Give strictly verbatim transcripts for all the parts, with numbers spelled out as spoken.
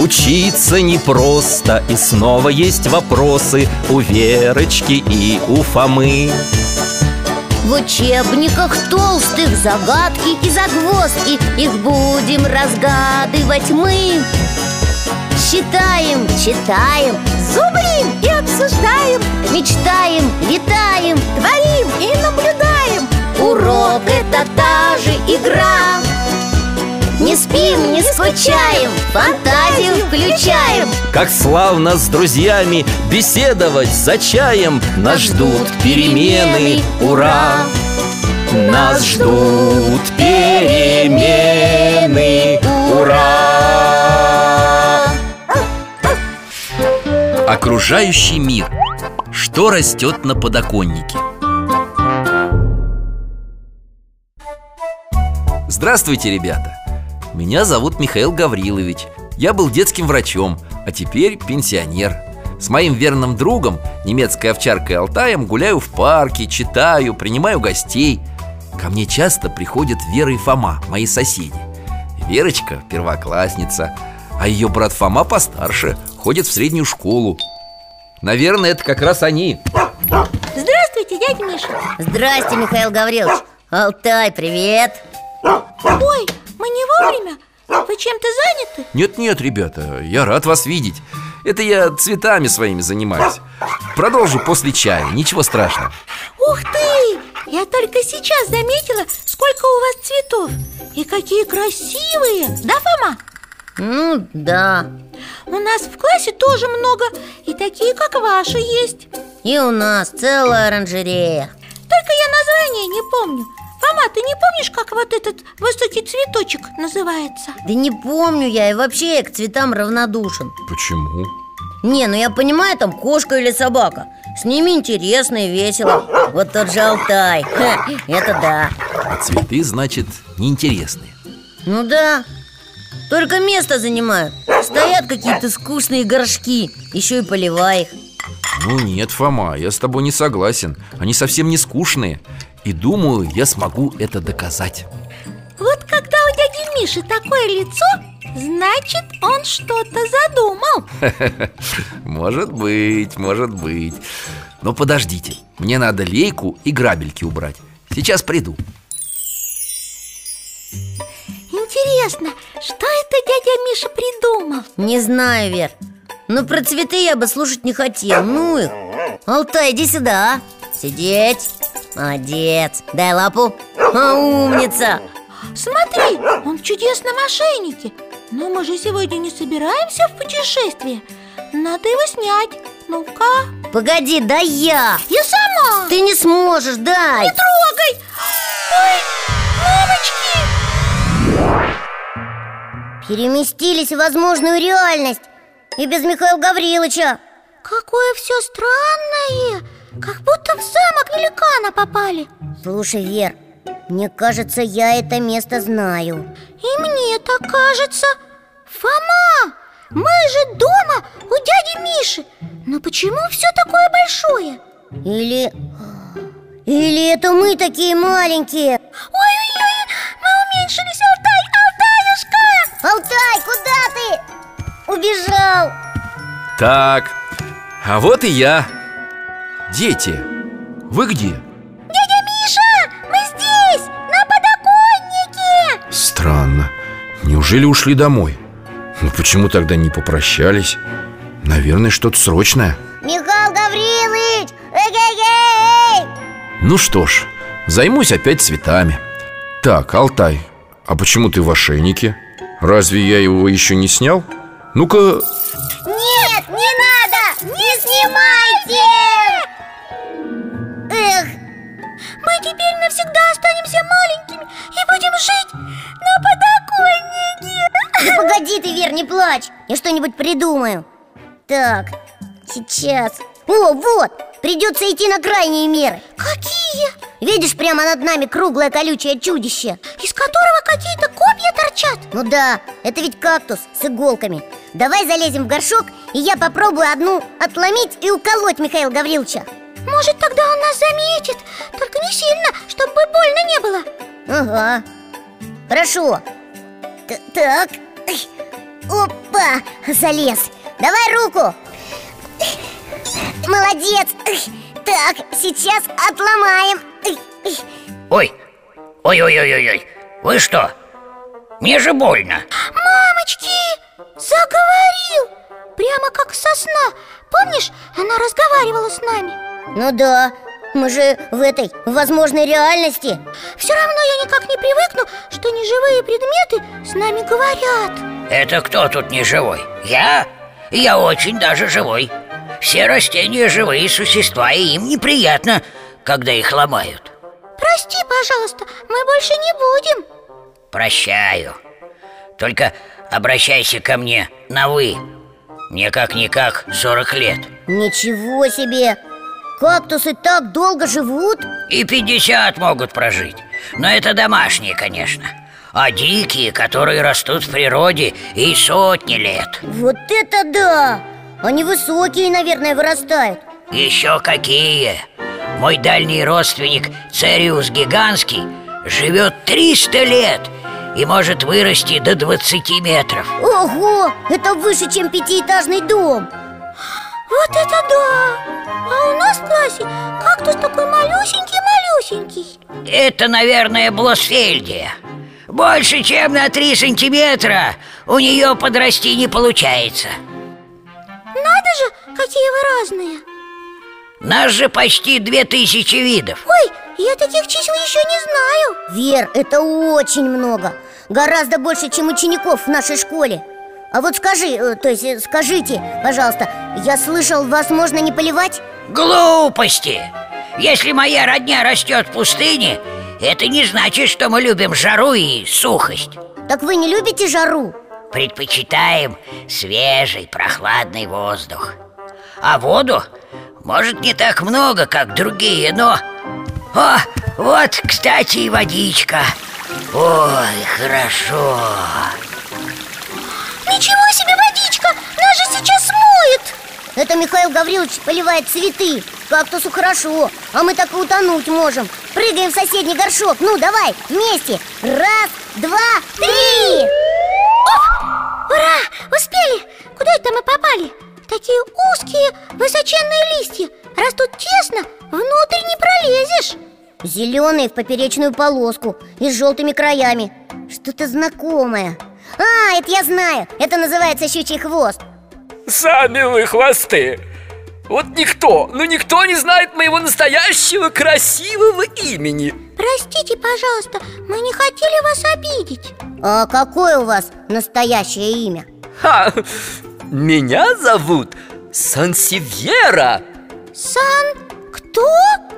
Учиться непросто, и снова есть вопросы у Верочки и у Фомы. В учебниках толстых загадки и загвоздки, их будем разгадывать мы. Считаем, читаем, зубрим и обсуждаем, мечтаем, летаем, творим и наблюдаем. Урок — это та же игра. Не спим, не скучаем, фантазию включаем. Как славно с друзьями беседовать за чаем. Нас ждут перемены, ура! Нас ждут перемены, ура! Окружающий мир. Что растет на подоконнике? Здравствуйте, ребята! Меня зовут Михаил Гаврилович. Я был детским врачом, а теперь пенсионер. С моим верным другом, немецкой овчаркой Алтаем, гуляю в парке, читаю, принимаю гостей. Ко мне часто приходят Вера и Фома, мои соседи. Верочка – первоклассница, а ее брат Фома постарше, ходит в среднюю школу. Наверное, это как раз они. Здравствуйте, дядя Миша. Здрасте, Михаил Гаврилович. Алтай, привет. Ой, мы не вовремя? Вы чем-то заняты? Нет-нет, ребята, я рад вас видеть. Это я цветами своими занимаюсь. Продолжу после чая, ничего страшного. Ух ты! Я только сейчас заметила, сколько у вас цветов. И какие красивые. Да, Фома? Ну, да. У нас в классе тоже много. И такие, как ваши, есть. И у нас целая оранжерея. Только я название не помню. Фома, ты не помнишь, как вот этот высокий цветочек называется? Да не помню я, и вообще я к цветам равнодушен. Почему? Не, ну я понимаю, там кошка или собака. С ними интересно и весело. Вот тот же Алтай. Ха, это да. А цветы, значит, неинтересные. Ну да. Только место занимают. Стоят какие-то скучные горшки. Еще и поливай их. Ну нет, Фома, я с тобой не согласен. Они совсем не скучные. И думаю, я смогу это доказать. Вот когда у дяди Миши такое лицо, значит, он что-то задумал. Может быть, может быть. Но подождите, мне надо лейку и грабельки убрать. Сейчас приду. Интересно, что это дядя Миша придумал? Не знаю, Вер. Но про цветы я бы слушать не хотел. Ну их. Алтай, иди сюда. Сидеть. Молодец. Дай лапу. А, умница. Смотри, он в чудесном ошейнике. Но мы же сегодня не собираемся в путешествие. Надо его снять. Ну-ка. Погоди, дай я. Я сама. Ты не сможешь, дай. Не трогай. Ой, мамочки. Переместились в возможную реальность. И без Михаила Гавриловича. Какое все странное. Как будто в замок великана попали. Слушай, Вер, мне кажется, я это место знаю. И мне так кажется. Фома, мы же дома у дяди Миши. Но почему все такое большое? Или... Или это мы такие маленькие? Ой-ой-ой, мы уменьшились, Алтай, Алтаюшка! Алтай, куда ты? Убежал. Так, а вот и я. Дети, вы где? Дядя Миша, мы здесь, на подоконнике. Странно, неужели ушли домой? Ну почему тогда не попрощались? Наверное, что-то срочное. Михаил Гаврилович! Эй-эй-эй! Ну что ж, займусь опять цветами. Так, Алтай, а почему ты в ошейнике? Разве я его еще не снял? Ну-ка... Нет, не надо! Не снимайте! Эх! Мы теперь навсегда останемся маленькими и будем жить на подоконнике. Да погоди ты, Вер, не плачь. Я что-нибудь придумаю. Так, сейчас. О, вот! Придется идти на крайние меры. Какие? Видишь, прямо над нами круглое колючее чудище, из которого какие-то копья торчат. Ну да, это ведь кактус с иголками. Давай залезем в горшок, и я попробую одну отломить и уколоть Михаила Гавриловича. Может, тогда он нас заметит. Только не сильно, чтобы больно не было. Ага. Хорошо. Т- Так. Опа, залез. Давай руку. Молодец. Так, сейчас отломаем. Ой, ой-ой-ой-ой, вы что? Мне же больно. Мамочки, заговорил. Прямо как сосна. Помнишь, она разговаривала с нами? Ну да, мы же в этой возможной реальности. Все равно я никак не привыкну, что неживые предметы с нами говорят. Это кто тут не живой? Я? Я очень даже живой. Все растения живые существа, и им неприятно, когда их ломают. Прости, пожалуйста, мы больше не будем. Прощаю. Только обращайся ко мне на «вы». Мне как-никак сорок лет. Ничего себе! Кактусы так долго живут? И пятьдесят могут прожить. Но это домашние, конечно. А дикие, которые растут в природе, и сотни лет. Вот это да! Они высокие, наверное, вырастают. Еще какие! Мой дальний родственник Цериус гигантский живет триста лет и может вырасти до двадцати метров. Ого! Это выше, чем пятиэтажный дом. Вот это да! А у нас в классе кактус такой малюсенький-малюсенький. Это, наверное, Блосфельдия. Больше, чем на три сантиметра у нее подрасти не получается. Надо же, какие вы разные. Нас же почти две тысячи видов. Ой, я таких чисел еще не знаю. Вер, это очень много. Гораздо больше, чем учеников в нашей школе. А вот скажи, э, то есть э, скажите, пожалуйста, я слышал, вас можно не поливать? Глупости! Если моя родня растет в пустыне, это не значит, что мы любим жару и сухость. Так вы не любите жару? Предпочитаем свежий, прохладный воздух. А воду, может, не так много, как другие, но... О, вот, кстати, и водичка. Ой, хорошо. Ничего себе водичка! Нас же сейчас смоет! Это Михаил Гаврилович поливает цветы. Кактусу хорошо, а мы так и утонуть можем. Прыгаем в соседний горшок. Ну, давай, вместе. Раз, два, три! Оп! Ура! Успели! Куда это мы попали? Такие узкие, высоченные листья. Растут тесно, внутрь не пролезешь. Зеленые в поперечную полоску и с желтыми краями. Что-то знакомое. А, это я знаю, это называется щучий хвост. Сами вы хвосты. Вот никто, ну никто не знает моего настоящего красивого имени. Простите, пожалуйста, мы не хотели вас обидеть. А какое у вас настоящее имя? Ха, меня зовут Сансевьера. Сан... кто?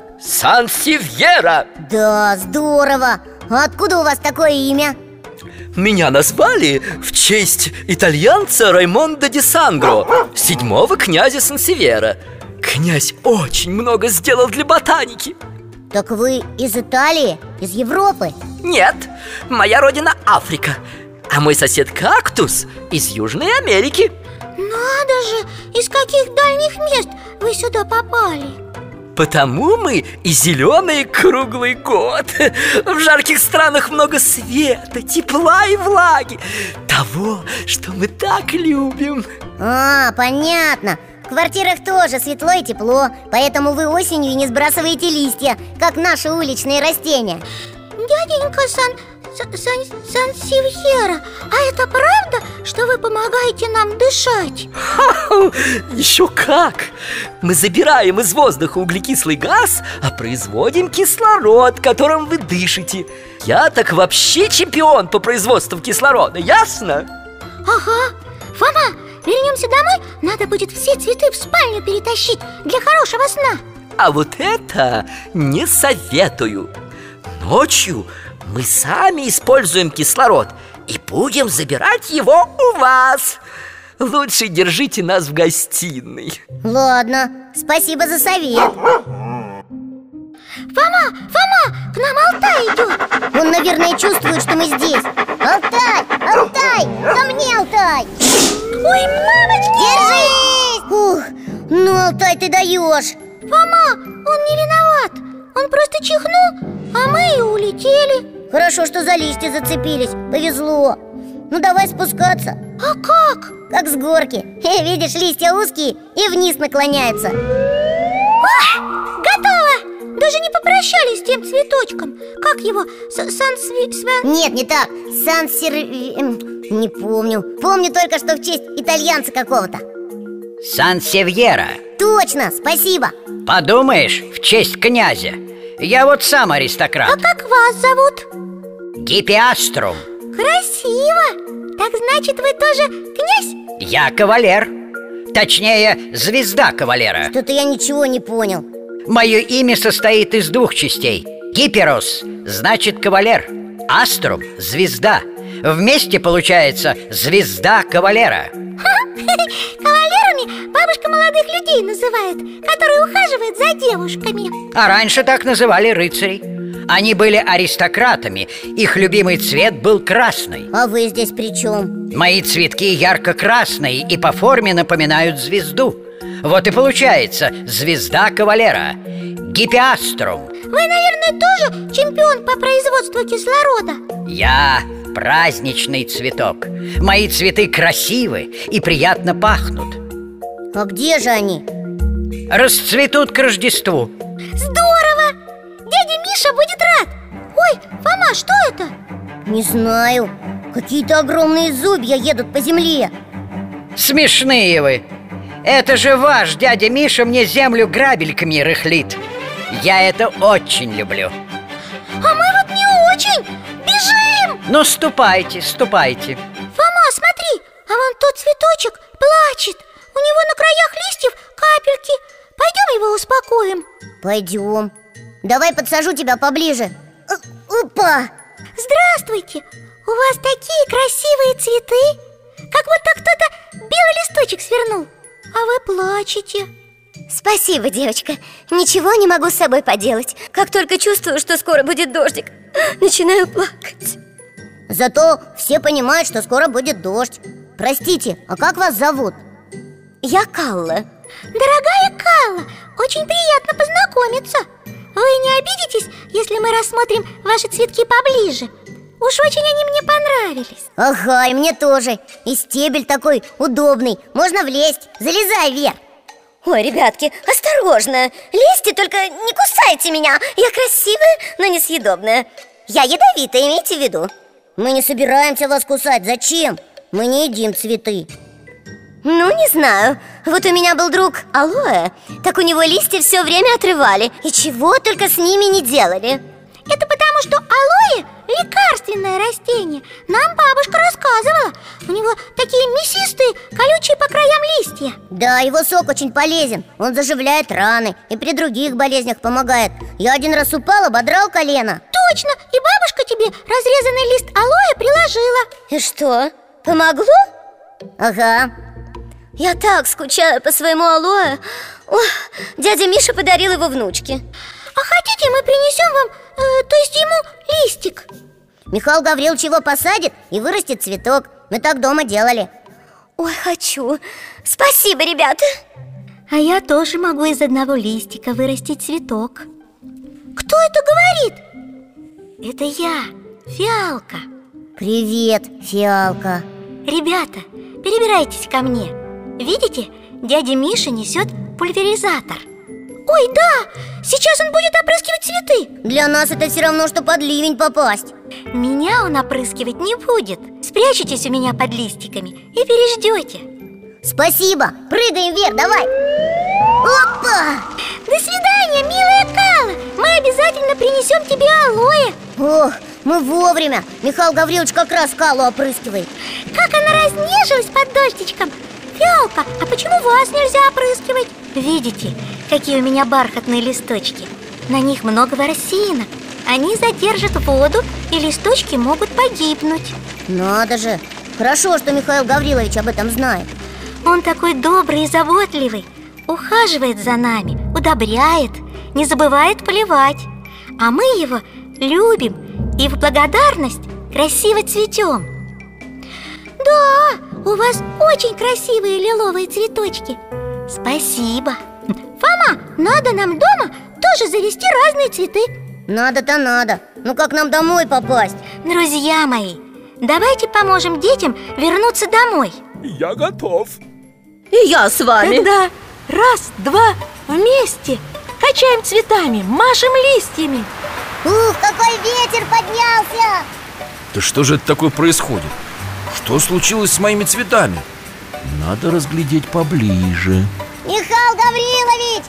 Сансевьера. Да, здорово. А откуда у вас такое имя? Меня назвали в честь итальянца Раймондо ди Сангро, седьмого князя Сансевьера. Князь очень много сделал для ботаники. Так вы из Италии? Из Европы? Нет, моя родина Африка, а мой сосед Кактус из Южной Америки. Надо же, из каких дальних мест вы сюда попали? Потому мы и зеленые круглый год. В жарких странах много света, тепла и влаги. Того, что мы так любим. А, понятно. В квартирах тоже светло и тепло. Поэтому вы осенью не сбрасываете листья, как наши уличные растения. Дяденька Сан... Сан... Сансевьера, а это правда, что вы помогаете нам дышать? Ха-ха, еще как! Мы забираем из воздуха углекислый газ, а производим кислород, которым вы дышите. Я так вообще чемпион по производству кислорода, ясно? Ага. Фома, вернемся домой, надо будет все цветы в спальню перетащить для хорошего сна. А вот это не советую. Ночью мы сами используем кислород и будем забирать его у вас. Лучше держите нас в гостиной. Ладно, спасибо за совет. Фома, Фома, к нам Алтай идет. Он, наверное, чувствует, что мы здесь. Алтай, Алтай, ко мне, Алтай. Ой, мамочки! Держись! Ух, ну, Алтай, ты даешь. Фома, он не виноват. Он просто чихнул, а мы и улетели. Хорошо, что за листья зацепились, повезло. Ну давай спускаться. А как? Как с горки. Видишь, листья узкие и вниз наклоняются. О, готово! Даже не попрощались с тем цветочком. Как его? Сан-сви... Нет, не так. Сан-сер... Не помню. Помню только, что в честь итальянца какого-то. Сан-Севьера. Точно, спасибо. Подумаешь, в честь князя. Я вот сам аристократ. А как вас зовут? Гиппиаструм. Красиво! Так значит, вы тоже князь? Я кавалер. Точнее, звезда кавалера. Что-то я ничего не понял. Мое имя состоит из двух частей. Гиперос значит кавалер, Аструм – звезда. Вместе получается звезда кавалера. Кавалерами бабушка молодых людей называет, которые ухаживают за девушками. А раньше так называли рыцарей. Они были аристократами, их любимый цвет был красный. А вы здесь при чем? Мои цветки ярко-красные и по форме напоминают звезду. Вот и получается звезда кавалера, Гиппиаструм. Вы, наверное, тоже чемпион по производству кислорода? Я праздничный цветок. Мои цветы красивы и приятно пахнут. А где же они? Расцветут к Рождеству. Здорово! Дядя Миша будет рад. Ой, Фома, что это? Не знаю. Какие-то огромные зубья едут по земле. Смешные вы. Это же ваш дядя Миша мне землю грабельками рыхлит. Я это очень люблю. А мы вот не очень. Бежим! Ну, ступайте, ступайте. Фома, смотри, а вон тот цветочек плачет. У него на краях листьев капельки. Пойдем его успокоим. Пойдем. Давай подсажу тебя поближе. Опа! Здравствуйте! У вас такие красивые цветы. Как будто кто-то белый листочек свернул. А вы плачете. Спасибо, девочка. Ничего не могу с собой поделать. Как только чувствую, что скоро будет дождик, начинаю плакать. Зато все понимают, что скоро будет дождь. Простите, а как вас зовут? Я Калла. Дорогая Калла, очень приятно познакомиться. Вы не обидитесь, если мы рассмотрим ваши цветки поближе? Уж очень они мне понравились. Ага, и мне тоже. И стебель такой удобный. Можно влезть. Залезай вверх. Ой, ребятки, осторожно. Лезьте, только не кусайте меня. Я красивая, но несъедобная. Я ядовитая, имейте в виду. Мы не собираемся вас кусать. Зачем? Мы не едим цветы. Ну, не знаю. Вот у меня был друг Алоэ. Так у него листья все время отрывали. И чего только с ними не делали. Это потому, что алоэ – лекарственное растение. Нам бабушка рассказывала. У него такие мясистые, колючие по краям листья. Да, его сок очень полезен. Он заживляет раны и при других болезнях помогает. Я один раз упал, ободрал колено. Точно, и бабушка тебе разрезанный лист алоэ приложила. И что, помогло? Ага. Я так скучаю по своему алоэ. Ох, дядя Миша подарил его внучке. А хотите, мы принесем вам, э, то есть ему, листик? Михаил Гаврилович его посадит и вырастет цветок. Мы так дома делали. Ой, хочу. Спасибо, ребята. А я тоже могу из одного листика вырастить цветок. Кто это говорит? Это я, Фиалка. Привет, Фиалка. Ребята, перебирайтесь ко мне. Видите, дядя Миша несет пульверизатор. Ой, да, сейчас он будет опрыскивать цветы. Для нас это все равно, что под ливень попасть. Меня он опрыскивать не будет. Спрячетесь у меня под листиками и переждете. Спасибо, прыгаем вверх, давай. Опа! До свидания, милая Калла. Мы обязательно принесем тебе алоэ. Ох, мы вовремя. Михаил Гаврилович как раз Каллу опрыскивает. Как она разнежилась под дождичком. Фиалка, а почему вас нельзя опрыскивать? Видите, какие у меня бархатные листочки. На них много ворсинок. Они задержат воду, и листочки могут погибнуть. Надо же. Хорошо, что Михаил Гаврилович об этом знает. Он такой добрый и заботливый. Ухаживает за нами, удобряет, не забывает поливать. А мы его любим и в благодарность красиво цветем. Да, у вас очень красивые лиловые цветочки. Спасибо. Фома, надо нам дома тоже завести разные цветы. Надо-то надо. Ну как нам домой попасть? Друзья мои, Давайте поможем детям вернуться домой. Я готов. И я с вами. Тогда раз, два, вместе. Качаем цветами, машем листьями. Ух, какой ветер поднялся! Да что же это такое происходит? Что случилось с моими цветами? Надо разглядеть поближе. Михаил Гаврилович!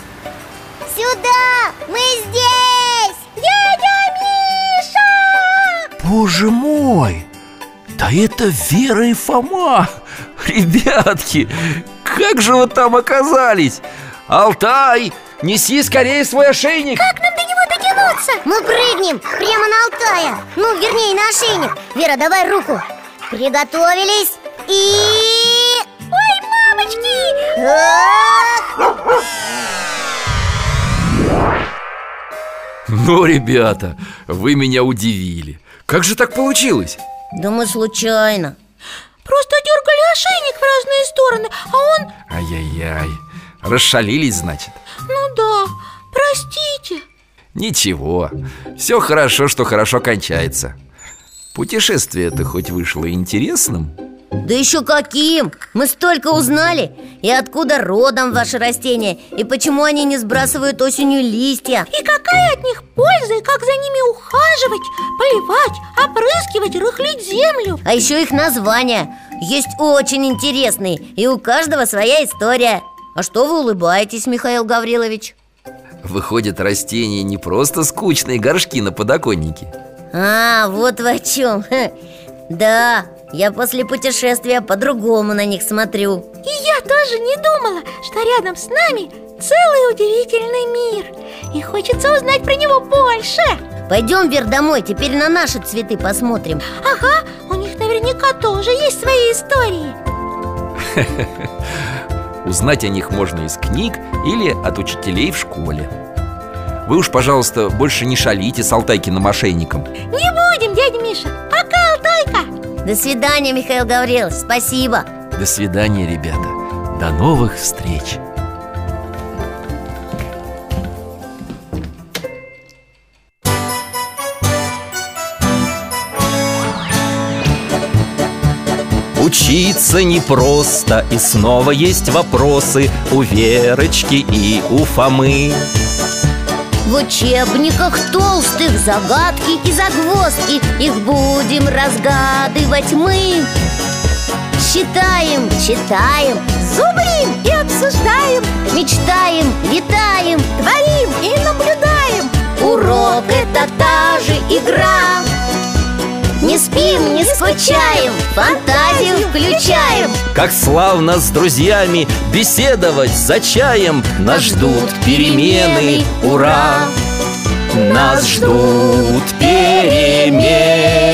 Сюда! Мы здесь! Дядя Миша! Боже мой! Да это Вера и Фома! Ребятки, как же вы там оказались? Алтай, неси скорее свой ошейник! Как нам до него дотянуться? Мы прыгнем прямо на Алтая. Ну, вернее, на ошейник. Вера, давай руку. Приготовились и... Ой, мамочки! Ну, ребята, вы меня удивили. Как же так получилось? Да мы случайно. Просто дергали ошейник в разные стороны, а он... Ай-яй-яй, расшалились, значит? Ну да, простите. Ничего, все хорошо, что хорошо кончается. Путешествие-то хоть вышло интересным? Да еще каким! Мы столько узнали. И откуда родом ваши растения, и почему они не сбрасывают осенью листья. И какая от них польза, и как за ними ухаживать, поливать, опрыскивать, рыхлить землю. А еще их названия есть очень интересные, и у каждого своя история. А что вы улыбаетесь, Михаил Гаврилович? Выходят, растения не просто скучные горшки на подоконнике. А, вот вы о чем. Да, я после путешествия по-другому на них смотрю. И я тоже не думала, что рядом с нами целый удивительный мир. И хочется узнать про него больше. Пойдем, Вер, домой, теперь на наши цветы посмотрим. Ага, у них наверняка тоже есть свои истории. Узнать о них можно из книг или от учителей в школе. Вы уж, пожалуйста, больше не шалите с Алтайкиным ошейником. Не будем, дядя Миша. Пока, Алтайка. До свидания, Михаил Гаврилович, спасибо. До свидания, ребята. До новых встреч. Учиться непросто, и снова есть вопросы у Верочки и у Фомы. В учебниках толстых загадки и загвоздки, их будем разгадывать мы. Считаем, читаем, зубрим и обсуждаем, мечтаем, летаем, творим и наблюдаем. Урок — это та же игра. Не спим, не скучаем, фантазию включаем. Как славно с друзьями беседовать за чаем. Нас ждут перемены, ура! Нас ждут перемены.